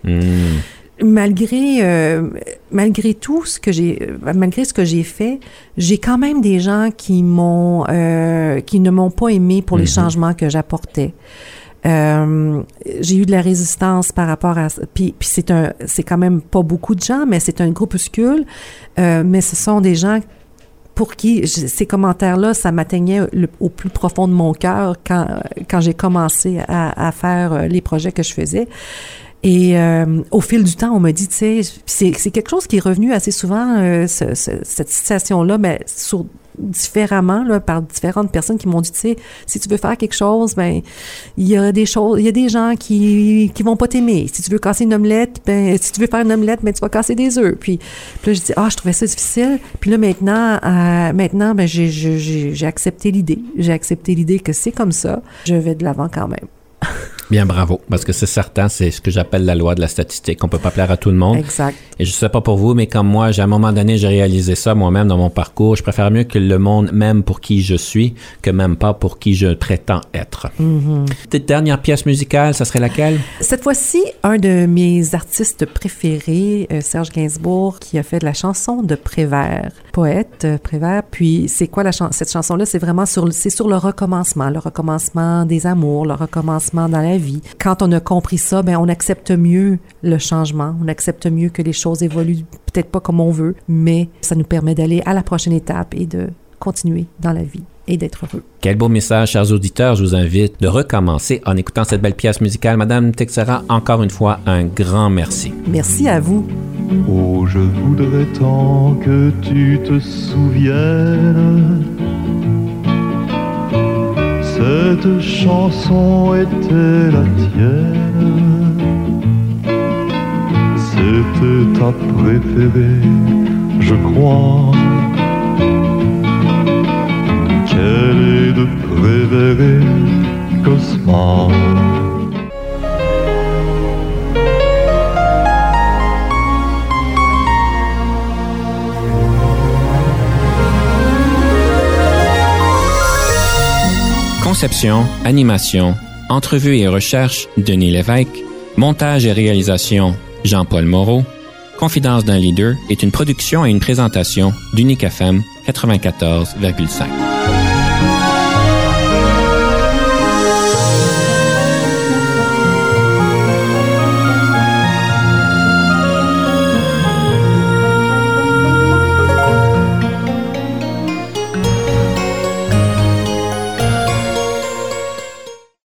B: Malgré tout malgré ce que j'ai fait, j'ai quand même des gens qui ne m'ont pas aimé pour les changements que j'apportais. J'ai eu de la résistance par rapport à ça. Puis c'est quand même pas beaucoup de gens, mais c'est un groupuscule. Mais ce sont des gens pour qui ces commentaires-là, ça m'atteignait au plus profond de mon cœur quand j'ai commencé à faire les projets que je faisais. Et au fil du temps, on m'a dit, tu sais, c'est quelque chose qui est revenu assez souvent, cette citation-là, mais différemment, là, par différentes personnes qui m'ont dit, tu sais, si tu veux faire quelque chose, ben, il y a des gens qui vont pas t'aimer. Si tu veux casser une omelette, ben, si tu veux faire une omelette, ben, tu vas casser des œufs. Puis là, je dis, je trouvais ça difficile. Puis là, maintenant, ben, j'ai accepté l'idée. J'ai accepté l'idée que c'est comme ça. Je vais de l'avant quand même.
A: Bien, bravo, parce que c'est certain, c'est ce que j'appelle la loi de la statistique. On peut pas plaire à tout le monde.
B: Exact.
A: Et je sais pas pour vous, mais comme moi, à un moment donné, j'ai réalisé ça moi-même dans mon parcours. Je préfère mieux que le monde m'aime pour qui je suis que même pas pour qui je prétends être. Cette dernière pièce musicale, ça serait laquelle? Cette
B: fois-ci, un de mes artistes préférés, Serge Gainsbourg, qui a fait de la chanson de Prévert, poète Prévert. Puis c'est quoi cette chanson-là? C'est vraiment sur le recommencement des amours, le recommencement dans la vie. Quand on a compris ça, ben on accepte mieux le changement, on accepte mieux que les choses évoluent peut-être pas comme on veut, mais ça nous permet d'aller à la prochaine étape et de continuer dans la vie et d'être heureux.
A: Quel beau message, chers auditeurs. Je vous invite de recommencer en écoutant cette belle pièce musicale. Madame Texera, encore une fois, un grand merci.
B: Merci à vous.
D: Oh, je voudrais tant que tu te souviennes. Cette chanson était la tienne. C'était ta préférée, je crois. Qu'elle est de Prévert et Cosma.
A: Conception, animation, entrevue et recherche, Denis Lévesque. Montage et réalisation, Jean-Paul Moreau. Confidence d'un leader est une production et une présentation d'Unique FM 94,5.